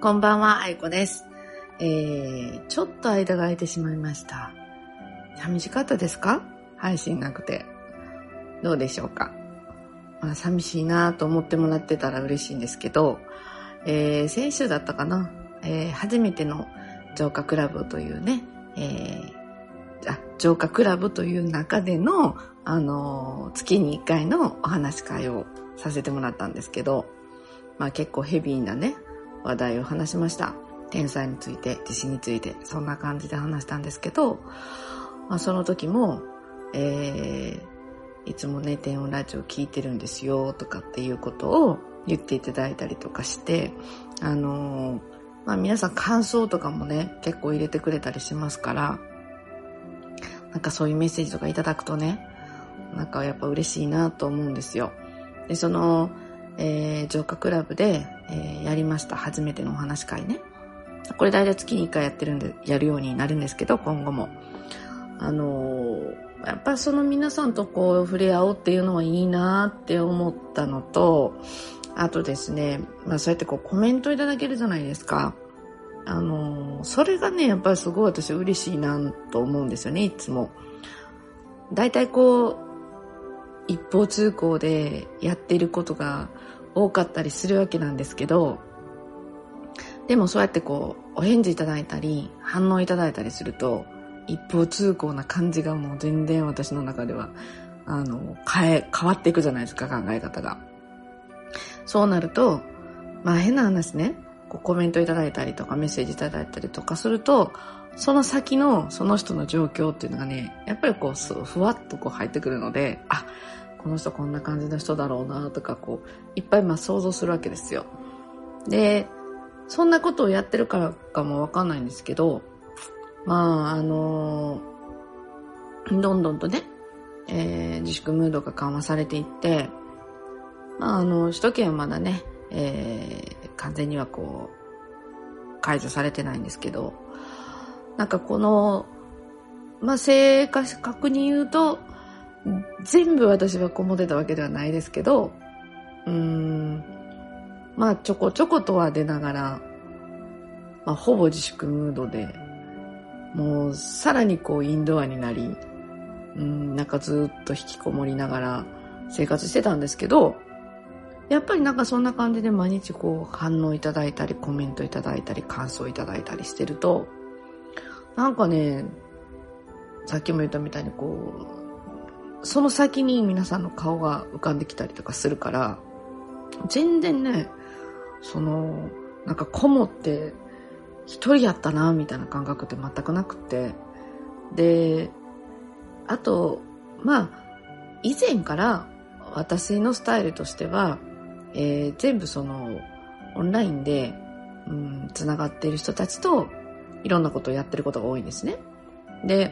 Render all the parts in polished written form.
こんばんは、あいこです。ちょっと間が空いてしまいました。寂しかったですか？配信なくて。どうでしょうか？寂しいなと思ってもらってたら嬉しいんですけど、先週だったかな、初めての浄化クラブというね、浄化クラブという中での、月に1回のお話会をさせてもらったんですけど、結構ヘビーなね、話題を話しました。天才について、自信について、そんな感じで話したんですけど、その時も、いつもね、天音ラジオ聞いてるんですよとかっていうことを言っていただいたりとかして、皆さん感想とかもね、結構入れてくれたりしますから、なんかそういうメッセージとかいただくとね、なんかやっぱ嬉しいなと思うんですよ。で、その、浄化クラブで、やりました初めてのお話会ね。これ大体月に1回やるようになるんですけど、今後も。やっぱその皆さんとこう触れ合おうっていうのはいいなって思ったのと、あとですね、そうやってこうコメントいただけるじゃないですか。それがね、やっぱりすごい私嬉しいなと思うんですよね、いつも。大体こう、一方通行でやっていることが多かったりするわけなんですけど、でもそうやってこうお返事いただいたり反応いただいたりすると、一方通行な感じがもう全然私の中では変わっていくじゃないですか、考え方が。そうなると変な話ね、こうコメントいただいたりとかメッセージいただいたりとかすると、その先のその人の状況っていうのがね、やっぱりこうふわっとこう入ってくるので、この人こんな感じの人だろうなとか、こういっぱい想像するわけですよ。で、そんなことをやってるからかもわかんないんですけど、どんどんとね、自粛ムードが緩和されていって、首都圏はまだね、完全にはこう解除されてないんですけど、なんかこの正確に言うと全部私はこもってたわけではないですけど、ちょこちょことは出ながら、ほぼ自粛ムードで、もうさらにこうインドアになり、なんかずっと引きこもりながら生活してたんですけど、やっぱりなんかそんな感じで毎日こう反応いただいたりコメントいただいたり感想いただいたりしてると、なんかね、さっきも言ったみたいにこうその先に皆さんの顔が浮かんできたりとかするから、全然ね、なんかこもって一人やったなみたいな感覚って全くなくて、で、あと以前から私のスタイルとしては、全部オンラインでつながっている人たちといろんなことをやってることが多いんですね。で、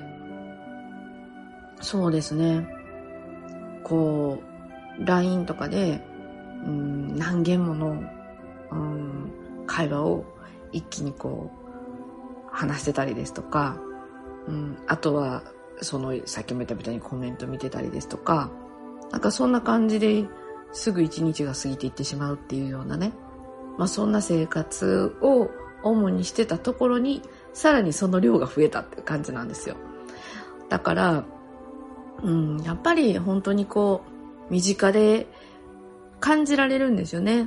そうですね、こう LINE とかで何件もの会話を一気にこう話してたりですとか、あとはさっきも言ったみたいにコメント見てたりですとか、なんかそんな感じですぐ一日が過ぎていってしまうっていうようなね、そんな生活を主にしてたところにさらにその量が増えたっていう感じなんですよ。だからやっぱり本当にこう身近で感じられるんですよね。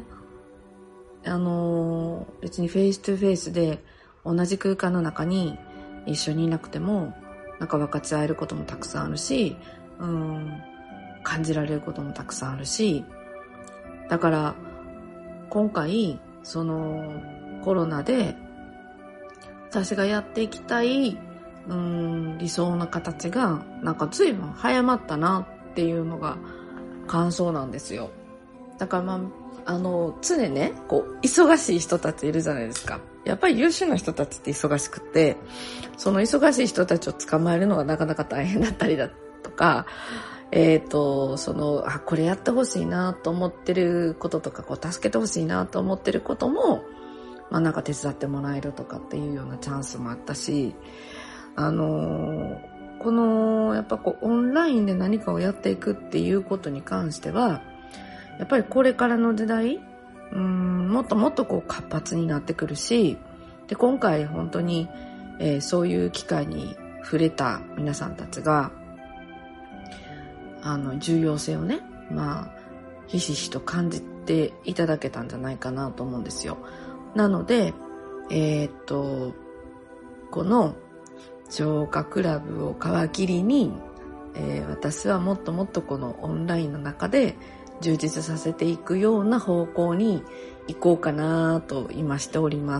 別にフェイストゥフェイスで同じ空間の中に一緒にいなくても、なんか分かち合えることもたくさんあるし、感じられることもたくさんあるし、だから今回コロナで私がやっていきたい理想の形がなんか随分早まったなっていうのが感想なんですよ。だから常ね、こう忙しい人たちいるじゃないですか。やっぱり優秀な人たちって忙しくて、その忙しい人たちを捕まえるのがなかなか大変だったりだとか、これやってほしいなと思ってることとか、こう助けてほしいなと思ってることも、なんか手伝ってもらえるとかっていうようなチャンスもあったし、やっぱこうオンラインで何かをやっていくっていうことに関しては、やっぱりこれからの時代、 もっともっとこう活発になってくるし、で今回本当に、そういう機会に触れた皆さんたちが重要性をね、ひしひしと感じていただけたんじゃないかなと思うんですよ。なのでこの浄化クラブを皮切りに、私はもっともっとこのオンラインの中で充実させていくような方向に行こうかなと今しております。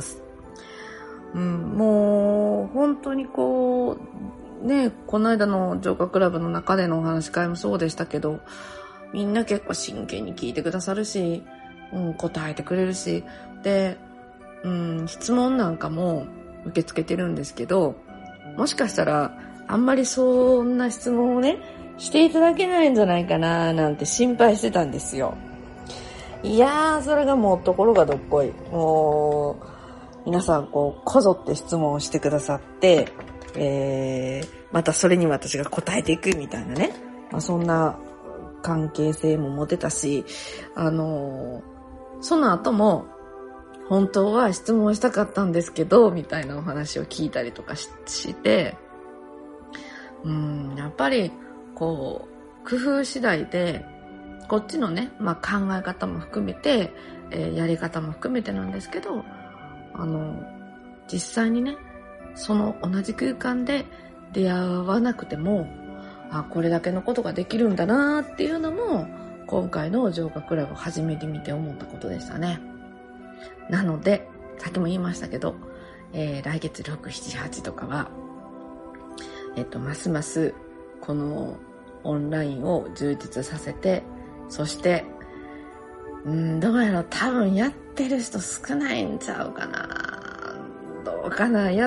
もう本当にこの間の浄化クラブの中でのお話し会もそうでしたけど、みんな結構真剣に聞いてくださるし、答えてくれるし、で、質問なんかも受け付けてるんですけど、もしかしたらあんまりそんな質問をねしていただけないんじゃないかななんて心配してたんですよ。いやー、それがもうところがどっこい。もう皆さんこぞって質問をしてくださって、またそれに私が答えていくみたいなね、そんな関係性も持てたし、その後も本当は質問したかったんですけどみたいなお話を聞いたりとかして、やっぱりこう工夫次第でこっちのね、考え方も含めて、やり方も含めてなんですけど、実際にねその同じ空間で出会わなくてもこれだけのことができるんだなっていうのも今回の浄化クラブを始めてみて思ったことでしたね。なのでさっきも言いましたけど、来月6、7、8とかはますますこのオンラインを充実させて、そしてどうやら多分やってる人少ないんちゃうかな、どうかな、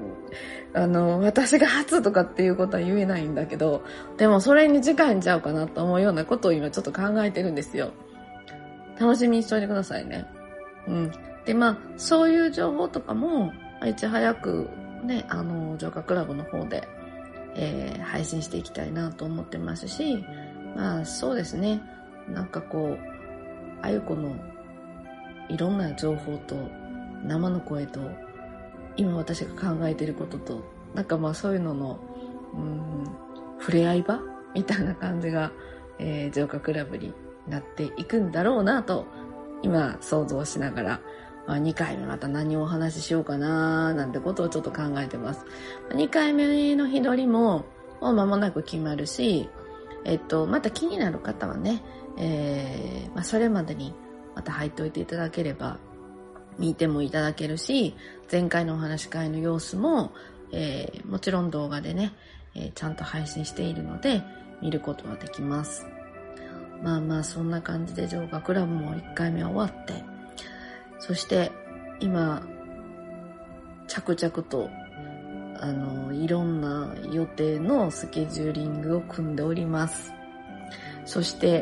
私が初とかっていうことは言えないんだけど、でもそれに近いんちゃうかなと思うようなことを今ちょっと考えてるんですよ。楽しみにしておいてくださいね。でそういう情報とかもいち早くね浄化クラブの方で、配信していきたいなと思ってますし、そうですね、なんかこうあゆこのいろんな情報と生の声と今私が考えていることとなんかそういうのの触れ合い場みたいな感じが、浄化クラブになっていくんだろうなと今想像しながら、2回目また何をお話ししようかななんてことをちょっと考えてます。2回目の日取りも間もなく決まるし、また気になる方はね、それまでにまた入っておいていただければ見てもいただけるし、前回のお話し会の様子も、もちろん動画でね、ちゃんと配信しているので見ることはできます。そんな感じで浄化クラブも1回目は終わって、そして今着々といろんな予定のスケジューリングを組んでおります。そして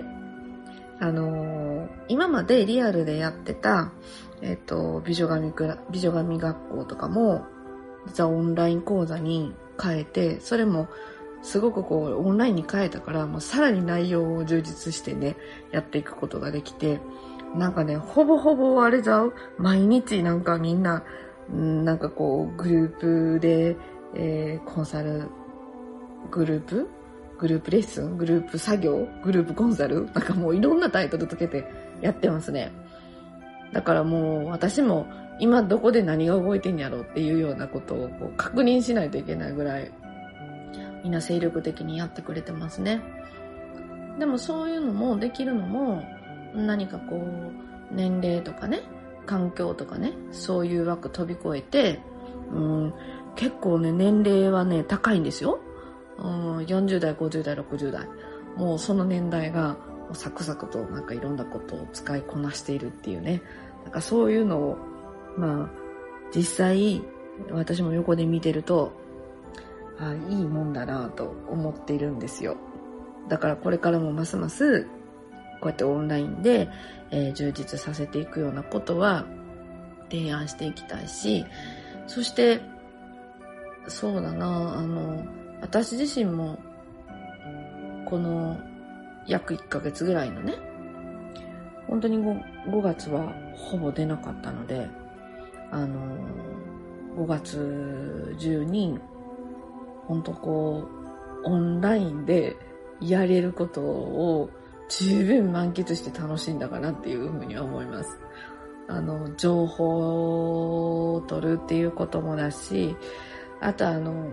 今までリアルでやってた美女神学校とかも実はオンライン講座に変えて、それもすごくオンラインに変えたからもうさらに内容を充実してねやっていくことができて、なんかねほぼほぼあれじゃう、毎日なんかみんななんかグループで、コンサルグループレッスン、グループ作業、グループコンサル、なんかもういろんなタイトルつけてやってますね。だからもう私も今どこで何が動いてんやろうっていうようなことを確認しないといけないぐらいみんな精力的にやってくれてますね。でもそういうのもできるのも何か年齢とかね、環境とかね、そういう枠飛び越えて、結構ね年齢はね高いんですよ。40代、50代、60代、もうその年代がサクサクとなんかいろんなことを使いこなしているっていうね、なんかそういうのを実際私も横で見てるといいもんだなと思っているんですよ。だからこれからもますますこうやってオンラインで、充実させていくようなことは提案していきたいし、そしてそうだな、私自身もこの約1ヶ月ぐらいのね本当に 5月はほぼ出なかったので、5月中に本当オンラインでやれることを十分満喫して楽しんだかなっていうふうには思います。情報を取るっていうこともだし、あと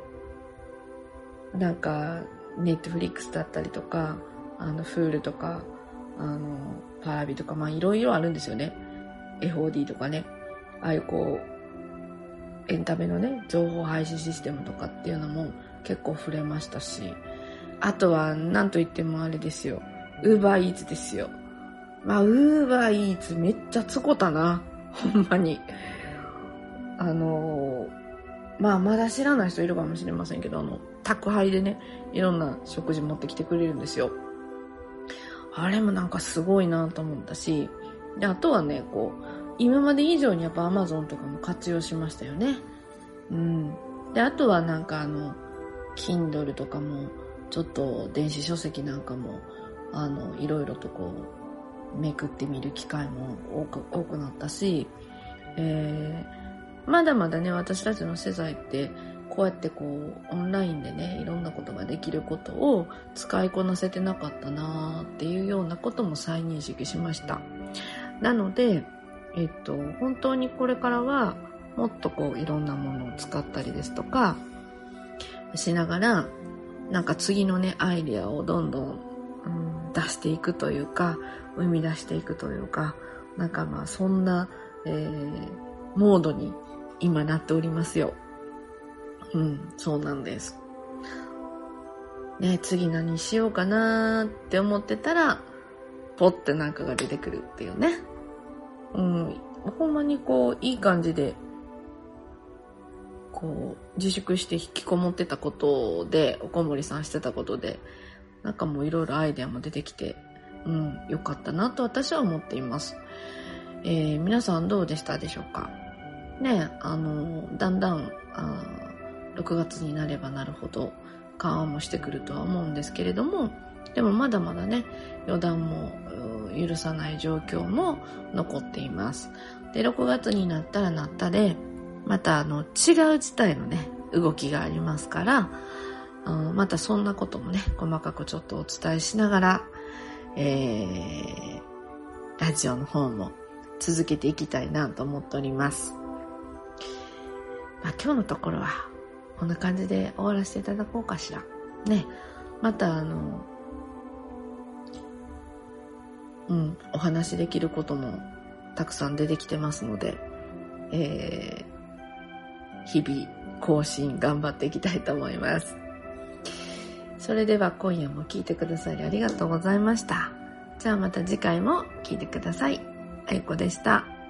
なんかネットフリックスだったりとか、フールとか、パラビとか、いろいろあるんですよね。FOD とかね。ああいうエンタメのね、情報配信システムとかっていうのも結構触れましたし、あとはなんといってもあれですよ。Uber Eats ですよ。Uber Eats めっちゃつこたな。ほんまに。まだ知らない人いるかもしれませんけど、宅配でね、いろんな食事持ってきてくれるんですよ。あれもなんかすごいなと思ったし、で、あとはね、今まで以上にやっぱ Amazon とかも活用しましたよね。で、あとはなんかKindle とかも、ちょっと電子書籍なんかも、いろいろとめくってみる機会も多くなったし、まだまだね、私たちの世代って、こうやってオンラインでね、いろんなことができることを使いこなせてなかったなっていうようなことも再認識しました。なので、本当にこれからは、もっといろんなものを使ったりですとか、しながら、なんか次のね、アイデアをどんどん、出していくというか、生み出していくというか、なんかそんな、モードに今なっておりますよ。そうなんです。ね、次何しようかなって思ってたら、ポッてなんかが出てくるっていうね。ほんまにいい感じで、自粛して引きこもってたことで、おこもりさんしてたことで、なんかもういろいろアイデアも出てきて、よかったなと私は思っています。皆さんどうでしたでしょうかね。だんだん6月になればなるほど緩和もしてくるとは思うんですけれども、でもまだまだね、予断も許さない状況も残っています。で、6月になったらなったで、また違う事態のね、動きがありますから、またそんなこともね、細かくちょっとお伝えしながら、ラジオの方も続けていきたいなと思っております。今日のところはこんな感じで終わらせていただこうかしら。ね、またお話できることもたくさん出てきてますので、日々更新頑張っていきたいと思います。それでは今夜も聞いてくださりありがとうございました。じゃあまた次回も聞いてください。あゆこでした。